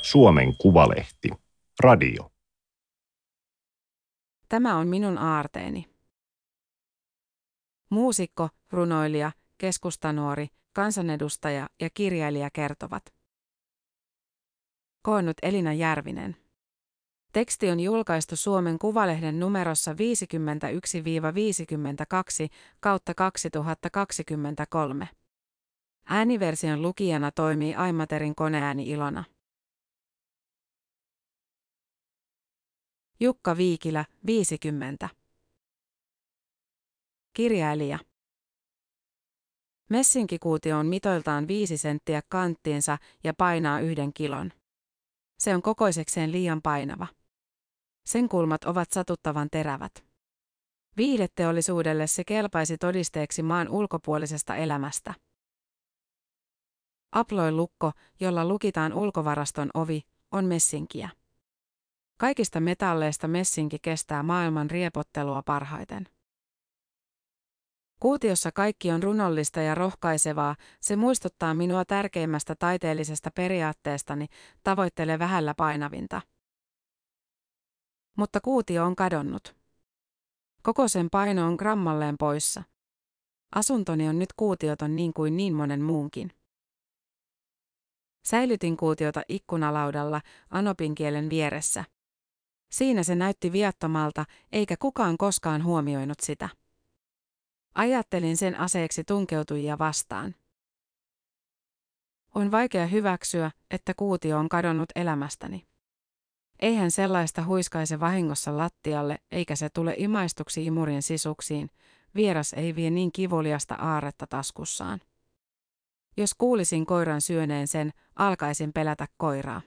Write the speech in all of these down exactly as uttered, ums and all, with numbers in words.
Suomen Kuvalehti. Radio. Tämä on minun aarteeni. Muusikko, runoilija, keskustanuori, kansanedustaja ja kirjailija kertovat. Koonnut Elina Järvinen. Teksti on julkaistu Suomen Kuvalehden numerossa viisikymmentäyksi viisikymmentäkaksi kautta kaksituhattakaksikymmentäkolme. Ääniversion lukijana toimii Aimaterin koneääni Ilona. Jukka Viikilä, viisikymmentä. Kirjailija. Messinkikuutio on mitoiltaan viisi senttiä kanttiinsa ja painaa yhden kilon. Se on kokoisekseen liian painava. Sen kulmat ovat satuttavan terävät. Viihdeteollisuudelle se kelpaisi todisteeksi maan ulkopuolisesta elämästä. Aploilukko, jolla lukitaan ulkovaraston ovi, on messinkiä. Kaikista metalleista messinki kestää maailman riepottelua parhaiten. Kuutiossa kaikki on runollista ja rohkaisevaa, se muistuttaa minua tärkeimmästä taiteellisesta periaatteestani, tavoittele vähällä painavinta. Mutta kuutio on kadonnut. Koko sen paino on grammalleen poissa. Asuntoni on nyt kuutioton niin kuin niin monen muunkin. Säilytin kuutiota ikkunalaudalla anopin kielen vieressä. Siinä se näytti viattomalta, eikä kukaan koskaan huomioinut sitä. Ajattelin sen aseeksi tunkeutujia vastaan. On vaikea hyväksyä, että kuutio on kadonnut elämästäni. Eihän sellaista huiskaise vahingossa lattialle, eikä se tule imaistuksi imurin sisuksiin, vieras ei vie niin kivuliasta aarretta taskussaan. Jos kuulisin koiran syöneen sen, alkaisin pelätä koiraa.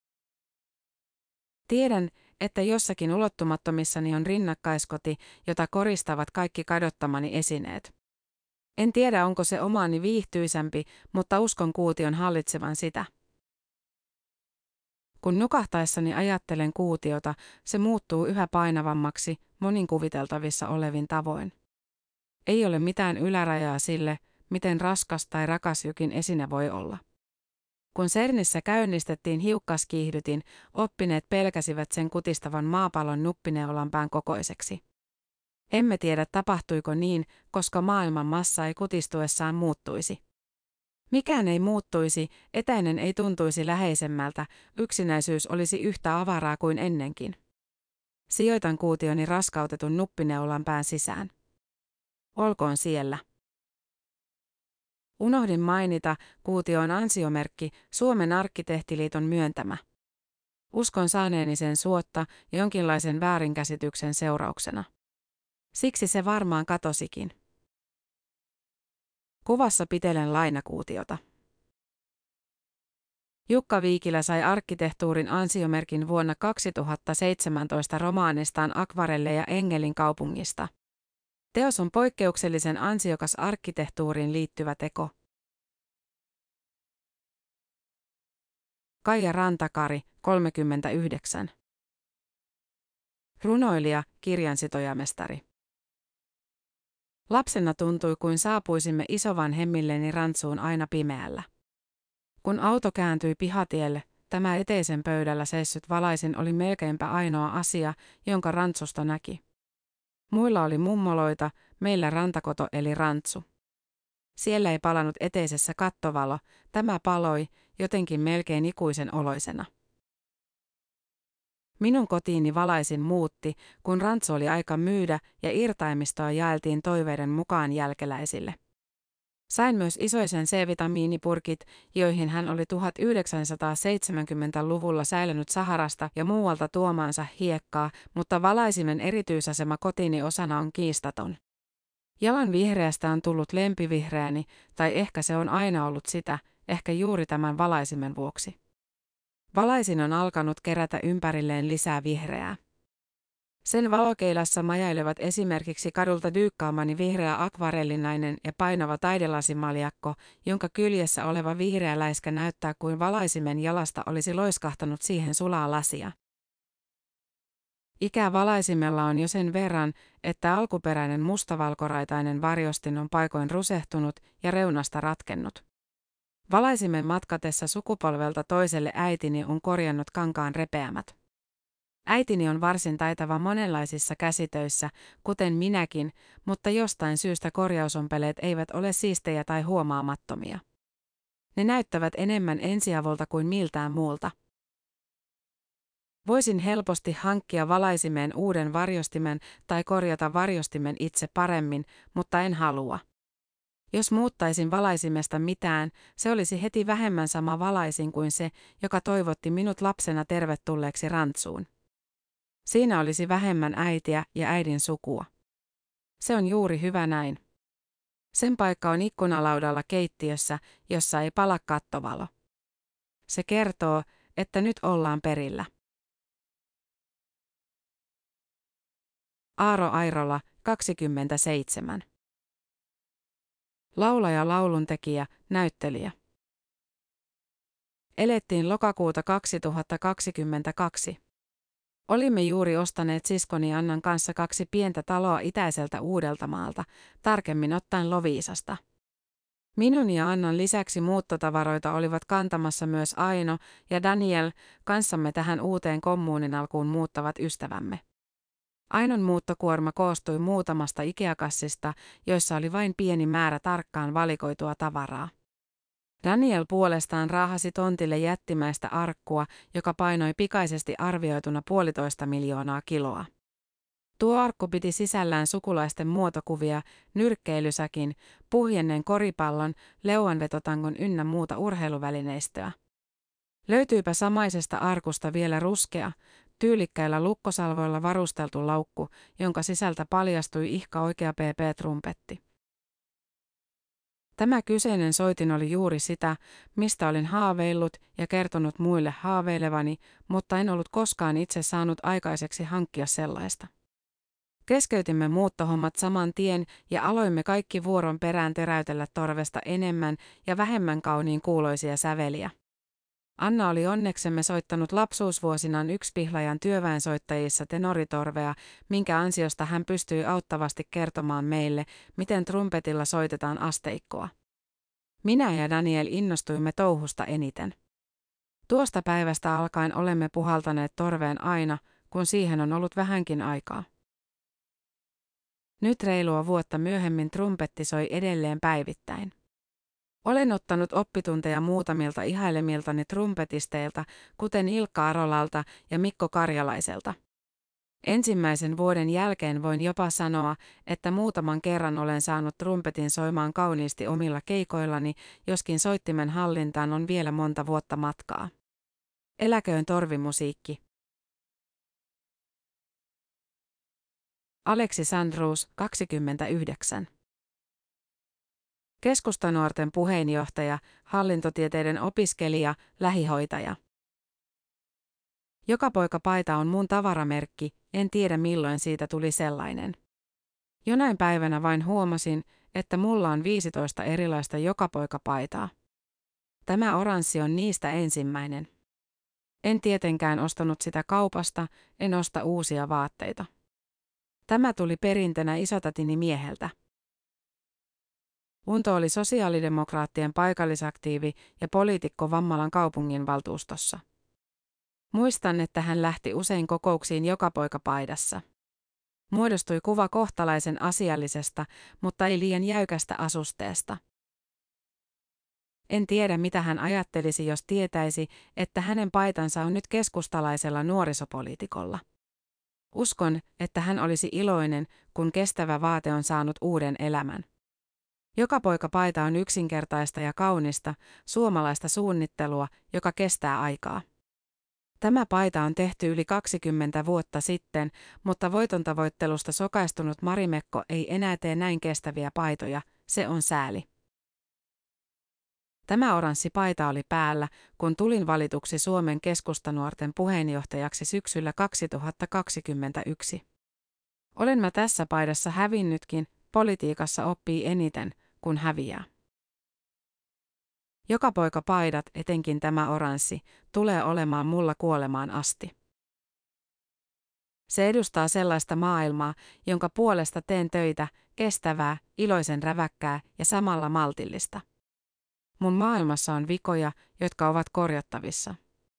Tiedän, että jossakin ulottumattomissani on rinnakkaiskoti, jota koristavat kaikki kadottamani esineet. En tiedä, onko se omaani viihtyisämpi, mutta uskon kuution hallitsevan sitä. Kun nukahtaessani ajattelen kuutiota, se muuttuu yhä painavammaksi monin kuviteltavissa olevin tavoin. Ei ole mitään ylärajaa sille, miten raskas tai rakas jokin esine voi olla. Kun CERNissä käynnistettiin hiukkaskiihdytin, oppineet pelkäsivät sen kutistavan maapallon nuppineulanpään kokoiseksi. Emme tiedä, tapahtuiko niin, koska maailman massa ei kutistuessaan muuttuisi. Mikään ei muuttuisi, etäinen ei tuntuisi läheisemmältä, yksinäisyys olisi yhtä avaraa kuin ennenkin. Sijoitan kuutioni raskautetun nuppineulanpään sisään. Olkoon siellä. Unohdin mainita, kuutio on ansiomerkki, Suomen arkkitehtiliiton myöntämä. Uskon saaneeni sen suotta jonkinlaisen väärinkäsityksen seurauksena. Siksi se varmaan katosikin. Kuvassa pitelen lainakuutiota. Jukka Viikilä sai arkkitehtuurin ansiomerkin vuonna kaksituhattaseitsemäntoista romaanistaan Akvarelleja Engelin kaupungista. Teos on poikkeuksellisen ansiokas arkkitehtuuriin liittyvä teko. Kaija Rantakari, kolmekymmentäyhdeksän. Runoilija, kirjansitojamestari. Lapsena tuntui kuin saapuisimme isovanhemmilleni rantsuun aina pimeällä. Kun auto kääntyi pihatielle, tämä eteisen pöydällä seissyt valaisin oli melkeinpä ainoa asia, jonka rantsusta näki. Muilla oli mummoloita, meillä rantakoto eli rantsu. Siellä ei palanut eteisessä kattovalo, tämä paloi, jotenkin melkein ikuisen oloisena. Minun kotiini valaisin muutti, kun rantsu oli aika myydä ja irtaimistoa jaeltiin toiveiden mukaan jälkeläisille. Sain myös isoisen C-vitamiinipurkit, joihin hän oli tuhatyhdeksänsataaseitsemänkymmentäluvulla säilynyt Saharasta ja muualta tuomaansa hiekkaa, mutta valaisimen erityisasema kotini osana on kiistaton. Jalan vihreästä on tullut lempivihreäni, tai ehkä se on aina ollut sitä, ehkä juuri tämän valaisimen vuoksi. Valaisin on alkanut kerätä ympärilleen lisää vihreää. Sen valokeilassa majailevat esimerkiksi kadulta dyykkaamani vihreä akvarellinainen ja painava taidelasimaljakko, jonka kyljessä oleva vihreä läiskä näyttää kuin valaisimen jalasta olisi loiskahtanut siihen sulaa lasia. Ikää valaisimella on jo sen verran, että alkuperäinen mustavalkoraitainen varjostin on paikoin rusehtunut ja reunasta ratkennut. Valaisimen matkatessa sukupolvelta toiselle äitini on korjannut kankaan repeämät. Äitini on varsin taitava monenlaisissa käsitöissä, kuten minäkin, mutta jostain syystä korjausompeleet eivät ole siistejä tai huomaamattomia. Ne näyttävät enemmän ensiavulta kuin miltään muulta. Voisin helposti hankkia valaisimeen uuden varjostimen tai korjata varjostimen itse paremmin, mutta en halua. Jos muuttaisin valaisimesta mitään, se olisi heti vähemmän sama valaisin kuin se, joka toivotti minut lapsena tervetulleeksi rantsuun. Siinä olisi vähemmän äitiä ja äidin sukua. Se on juuri hyvä näin. Sen paikka on ikkunalaudalla keittiössä, jossa ei pala kattovalo. Se kertoo, että nyt ollaan perillä. Aaro Airola, kaksikymmentäseitsemän. Laulaja, lauluntekijä, näyttelijä. Elettiin lokakuuta kaksituhattakaksikymmentäkaksi. Olimme juuri ostaneet siskoni Annan kanssa kaksi pientä taloa itäiseltä Uudeltamaalta, tarkemmin ottaen Loviisasta. Minun ja Annan lisäksi muuttotavaroita olivat kantamassa myös Aino ja Daniel, kanssamme tähän uuteen kommuunin alkuun muuttavat ystävämme. Ainon muuttokuorma koostui muutamasta Ikea-kassista, joissa oli vain pieni määrä tarkkaan valikoitua tavaraa. Daniel puolestaan raahasi tontille jättimäistä arkkua, joka painoi pikaisesti arvioituna puolitoista miljoonaa kiloa. Tuo arkku piti sisällään sukulaisten muotokuvia, nyrkkeilysäkin, puhjenneen koripallon, leuanvetotangon ynnä muuta urheiluvälineistöä. Löytyypä samaisesta arkusta vielä ruskea, tyylikkäillä lukkosalvoilla varusteltu laukku, jonka sisältä paljastui ihka oikea P P-trumpetti. Tämä kyseinen soitin oli juuri sitä, mistä olin haaveillut ja kertonut muille haaveilevani, mutta en ollut koskaan itse saanut aikaiseksi hankkia sellaista. Keskeytimme muuttohommat saman tien ja aloimme kaikki vuoron perään teräytellä torvesta enemmän ja vähemmän kauniin kuuloisia säveliä. Anna oli onneksemme soittanut lapsuusvuosinaan yksi Pihlajan työväensoittajissa tenoritorvea, minkä ansiosta hän pystyi auttavasti kertomaan meille, miten trumpetilla soitetaan asteikkoa. Minä ja Daniel innostuimme touhusta eniten. Tuosta päivästä alkaen olemme puhaltaneet torveen aina, kun siihen on ollut vähänkin aikaa. Nyt reilua vuotta myöhemmin trumpetti soi edelleen päivittäin. Olen ottanut oppitunteja muutamilta ihailemiltani trumpetisteilta, kuten Ilkka Arolalta ja Mikko Karjalaiselta. Ensimmäisen vuoden jälkeen voin jopa sanoa, että muutaman kerran olen saanut trumpetin soimaan kauniisti omilla keikoillani, joskin soittimen hallintaan on vielä monta vuotta matkaa. Eläköön torvimusiikki. Aleksi Sandruus, kaksikymmentäyhdeksän. Keskustanuorten puheenjohtaja, hallintotieteiden opiskelija, lähihoitaja. Joka poika paita on mun tavaramerkki, en tiedä milloin siitä tuli sellainen. Jonain päivänä vain huomasin, että mulla on viisitoista erilaista joka poika paitaa. Tämä oranssi on niistä ensimmäinen. En tietenkään ostanut sitä kaupasta, en osta uusia vaatteita. Tämä tuli perintönä isotätini mieheltä. Unto oli sosiaalidemokraattien paikallisaktiivi ja poliitikko Vammalan kaupunginvaltuustossa. Muistan, että hän lähti usein kokouksiin joka poika paidassa. Muodostui kuva kohtalaisen asiallisesta, mutta ei liian jäykästä asusteesta. En tiedä, mitä hän ajattelisi, jos tietäisi, että hänen paitansa on nyt keskustalaisella nuorisopoliitikolla. Uskon, että hän olisi iloinen, kun kestävä vaate on saanut uuden elämän. Joka poika paita on yksinkertaista ja kaunista, suomalaista suunnittelua, joka kestää aikaa. Tämä paita on tehty yli kaksikymmentä vuotta sitten, mutta voitontavoittelusta sokaistunut Marimekko ei enää tee näin kestäviä paitoja, se on sääli. Tämä oranssi paita oli päällä, kun tulin valituksi Suomen keskustanuorten puheenjohtajaksi syksyllä kaksituhattakaksikymmentäyksi. Olen mä tässä paidassa hävinnytkin, politiikassa oppii eniten, kun häviää. Joka poika paidat, etenkin tämä oranssi, tulee olemaan mulla kuolemaan asti. Se edustaa sellaista maailmaa, jonka puolesta teen töitä, kestävää, iloisen räväkkää ja samalla maltillista. Mun maailmassa on vikoja, jotka ovat korjattavissa.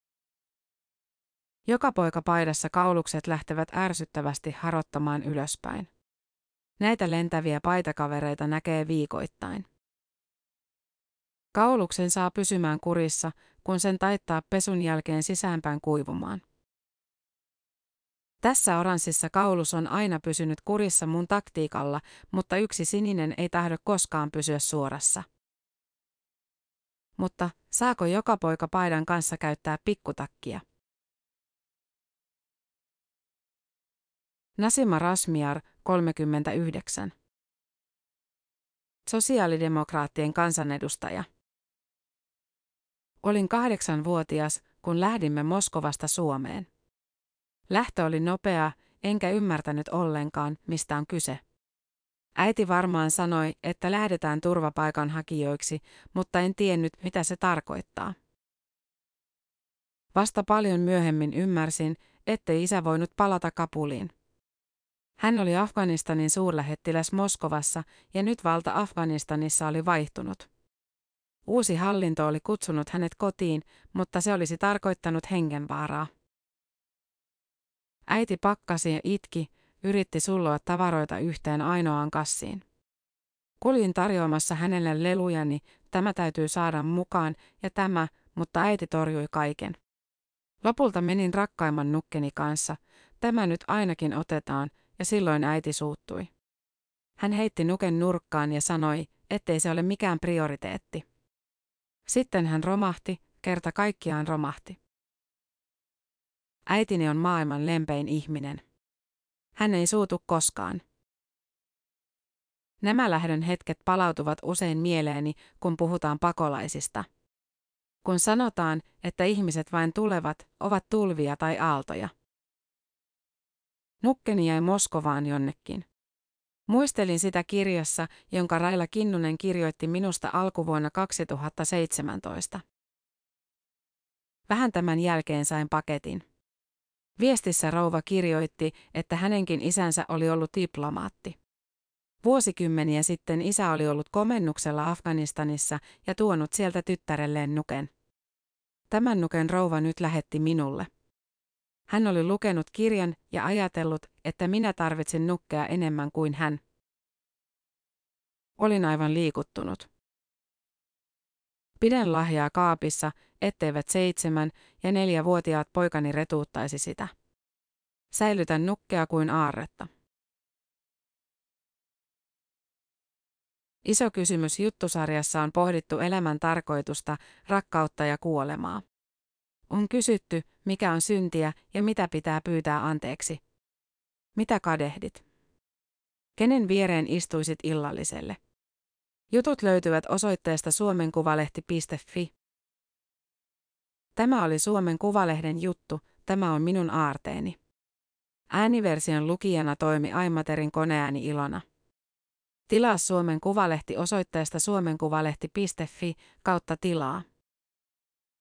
Joka poika paidassa kaulukset lähtevät ärsyttävästi harottamaan ylöspäin. Näitä lentäviä paitakavereita näkee viikoittain. Kauluksen saa pysymään kurissa, kun sen taittaa pesun jälkeen sisäänpäin kuivumaan. Tässä oranssissa kaulus on aina pysynyt kurissa mun taktiikalla, mutta yksi sininen ei tahdo koskaan pysyä suorassa. Mutta saako joka poika paidan kanssa käyttää pikkutakkia? Nasima Razmyar, kolmekymmentäyhdeksän. Sosiaalidemokraattien kansanedustaja. Olin kahdeksanvuotias, kun lähdimme Moskovasta Suomeen. Lähtö oli nopea, enkä ymmärtänyt ollenkaan, mistä on kyse. Äiti varmaan sanoi, että lähdetään turvapaikanhakijoiksi, mutta en tiennyt, mitä se tarkoittaa. Vasta paljon myöhemmin ymmärsin, ettei isä voinut palata Kabuliin. Hän oli Afganistanin suurlähettiläs Moskovassa ja nyt valta Afganistanissa oli vaihtunut. Uusi hallinto oli kutsunut hänet kotiin, mutta se olisi tarkoittanut hengenvaaraa. Äiti pakkasi ja itki, yritti sulloa tavaroita yhteen ainoaan kassiin. Kuljin tarjoamassa hänelle lelujani, tämä täytyy saada mukaan ja tämä, mutta äiti torjui kaiken. Lopulta menin rakkaimman nukkeni kanssa, tämä nyt ainakin otetaan, ja silloin äiti suuttui. Hän heitti nuken nurkkaan ja sanoi, ettei se ole mikään prioriteetti. Sitten hän romahti, kerta kaikkiaan romahti. Äitini on maailman lempein ihminen. Hän ei suutu koskaan. Nämä lähdön hetket palautuvat usein mieleeni, kun puhutaan pakolaisista. Kun sanotaan, että ihmiset vain tulevat, ovat tulvia tai aaltoja. Nukkeni jäi Moskovaan jonnekin. Muistelin sitä kirjassa, jonka Raila Kinnunen kirjoitti minusta alkuvuonna kaksituhattaseitsemäntoista. Vähän tämän jälkeen sain paketin. Viestissä rouva kirjoitti, että hänenkin isänsä oli ollut diplomaatti. Vuosikymmeniä sitten isä oli ollut komennuksella Afganistanissa ja tuonut sieltä tyttärelleen nuken. Tämän nuken rouva nyt lähetti minulle. Hän oli lukenut kirjan ja ajatellut, että minä tarvitsin nukkea enemmän kuin hän. Olin aivan liikuttunut. Pidän lahjaa kaapissa, etteivät seitsemän- ja neljävuotiaat poikani retuuttaisi sitä. Säilytän nukkea kuin aarretta. Iso kysymys juttusarjassa on pohdittu elämän tarkoitusta, rakkautta ja kuolemaa. On kysytty, mikä on syntiä ja mitä pitää pyytää anteeksi. Mitä kadehdit? Kenen viereen istuisit illalliselle? Jutut löytyvät osoitteesta suomenkuvalehti piste fi. Tämä oli Suomen Kuvalehden juttu, tämä on minun aarteeni. Ääniversion lukijana toimi Aimaterin koneääni Ilona. Tilaa Suomen Kuvalehti osoitteesta suomenkuvalehti piste fi kautta tilaa.